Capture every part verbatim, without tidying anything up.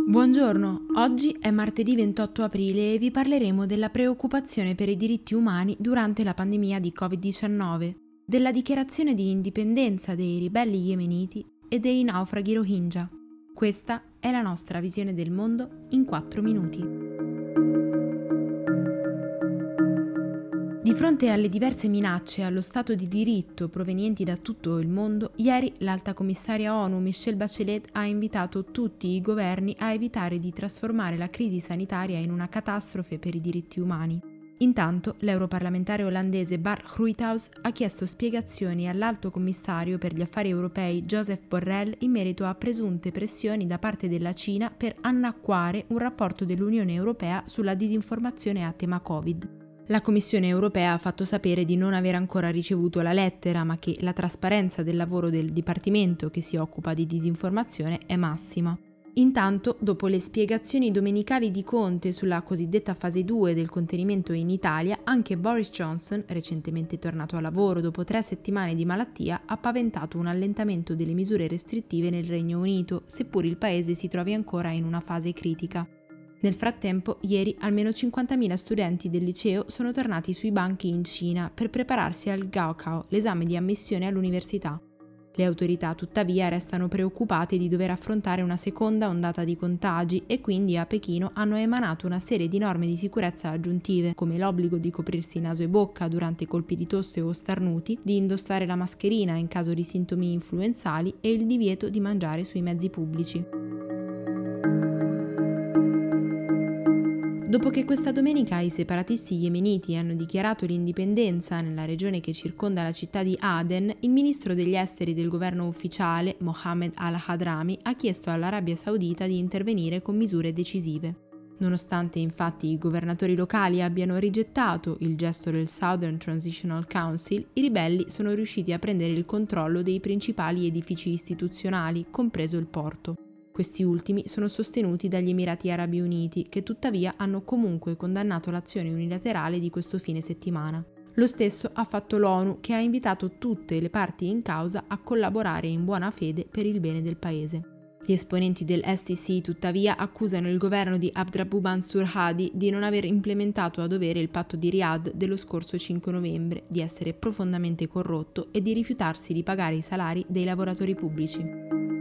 Buongiorno, oggi è martedì ventotto aprile e vi parleremo della preoccupazione per i diritti umani durante la pandemia di covid diciannove, della dichiarazione di indipendenza dei ribelli yemeniti e dei naufraghi Rohingya. Questa è la nostra visione del mondo in quattro minuti. Di fronte alle diverse minacce allo Stato di diritto provenienti da tutto il mondo, ieri l'alta commissaria ONU Michelle Bachelet ha invitato tutti i governi a evitare di trasformare la crisi sanitaria in una catastrofe per i diritti umani. Intanto, l'europarlamentare olandese Bart Grooithuis ha chiesto spiegazioni all'alto commissario per gli affari europei Josep Borrell in merito a presunte pressioni da parte della Cina per annacquare un rapporto dell'Unione Europea sulla disinformazione a tema Covid. La Commissione europea ha fatto sapere di non aver ancora ricevuto la lettera, ma che la trasparenza del lavoro del Dipartimento che si occupa di disinformazione è massima. Intanto, dopo le spiegazioni domenicali di Conte sulla cosiddetta fase due del contenimento in Italia, anche Boris Johnson, recentemente tornato a lavoro dopo tre settimane di malattia, ha paventato un allentamento delle misure restrittive nel Regno Unito, seppur il paese si trovi ancora in una fase critica. Nel frattempo, ieri almeno cinquantamila studenti del liceo sono tornati sui banchi in Cina per prepararsi al Gaokao, l'esame di ammissione all'università. Le autorità tuttavia restano preoccupate di dover affrontare una seconda ondata di contagi e quindi a Pechino hanno emanato una serie di norme di sicurezza aggiuntive, come l'obbligo di coprirsi naso e bocca durante i colpi di tosse o starnuti, di indossare la mascherina in caso di sintomi influenzali e il divieto di mangiare sui mezzi pubblici. Dopo che questa domenica i separatisti yemeniti hanno dichiarato l'indipendenza nella regione che circonda la città di Aden, il ministro degli esteri del governo ufficiale, Mohammed al-Hadrami, ha chiesto all'Arabia Saudita di intervenire con misure decisive. Nonostante infatti i governatori locali abbiano rigettato il gesto del Southern Transitional Council, i ribelli sono riusciti a prendere il controllo dei principali edifici istituzionali, compreso il porto. Questi ultimi sono sostenuti dagli Emirati Arabi Uniti, che tuttavia hanno comunque condannato l'azione unilaterale di questo fine settimana. Lo stesso ha fatto l'ONU, che ha invitato tutte le parti in causa a collaborare in buona fede per il bene del paese. Gli esponenti del S T C tuttavia accusano il governo di Abdrabbuh Mansur Hadi di non aver implementato a dovere il patto di Riyadh dello scorso cinque novembre, di essere profondamente corrotto e di rifiutarsi di pagare i salari dei lavoratori pubblici.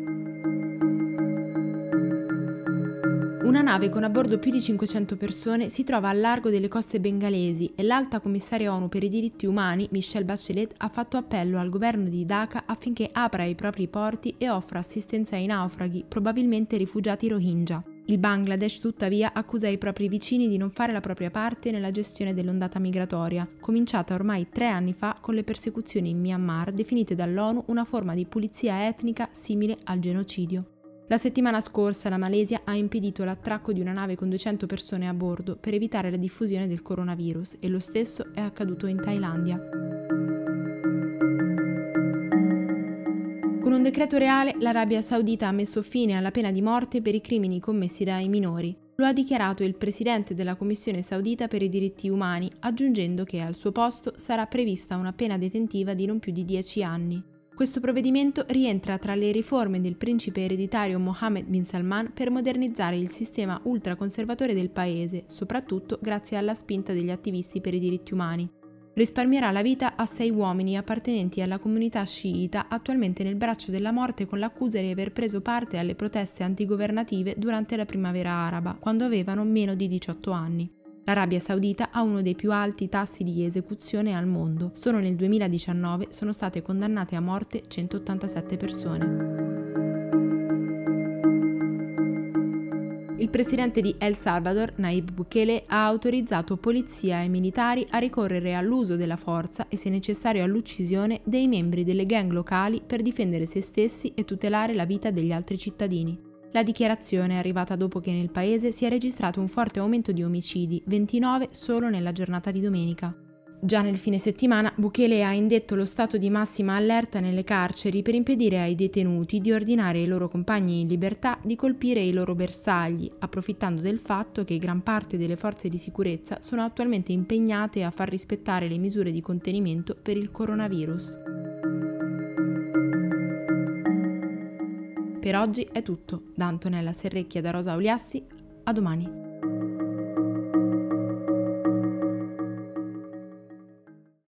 Una nave con a bordo più di cinquecento persone si trova al largo delle coste bengalesi e l'alta commissaria ONU per i diritti umani, Michelle Bachelet, ha fatto appello al governo di Dhaka affinché apra i propri porti e offra assistenza ai naufraghi, probabilmente rifugiati Rohingya. Il Bangladesh, tuttavia, accusa i propri vicini di non fare la propria parte nella gestione dell'ondata migratoria, cominciata ormai tre anni fa con le persecuzioni in Myanmar, definite dall'ONU una forma di pulizia etnica simile al genocidio. La settimana scorsa la Malesia ha impedito l'attracco di una nave con duecento persone a bordo per evitare la diffusione del coronavirus e lo stesso è accaduto in Thailandia. Con un decreto reale l'Arabia Saudita ha messo fine alla pena di morte per i crimini commessi dai minori. Lo ha dichiarato il presidente della Commissione Saudita per i diritti umani, aggiungendo che al suo posto sarà prevista una pena detentiva di non più di dieci anni. Questo provvedimento rientra tra le riforme del principe ereditario Mohammed bin Salman per modernizzare il sistema ultraconservatore del paese, soprattutto grazie alla spinta degli attivisti per i diritti umani. Risparmierà la vita a sei uomini appartenenti alla comunità sciita attualmente nel braccio della morte con l'accusa di aver preso parte alle proteste antigovernative durante la primavera araba, quando avevano meno di diciotto anni. L'Arabia Saudita ha uno dei più alti tassi di esecuzione al mondo. Solo nel duemiladiciannove sono state condannate a morte centottantasette persone. Il presidente di El Salvador, Nayib Bukele, ha autorizzato polizia e militari a ricorrere all'uso della forza e, se necessario, all'uccisione dei membri delle gang locali per difendere se stessi e tutelare la vita degli altri cittadini. La dichiarazione è arrivata dopo che nel paese si è registrato un forte aumento di omicidi, ventinove solo nella giornata di domenica. Già nel fine settimana Bukele ha indetto lo stato di massima allerta nelle carceri per impedire ai detenuti di ordinare ai loro compagni in libertà di colpire i loro bersagli, approfittando del fatto che gran parte delle forze di sicurezza sono attualmente impegnate a far rispettare le misure di contenimento per il coronavirus. Per oggi è tutto. Da Antonella Serrecchia e da Rosa Auliassi, a domani.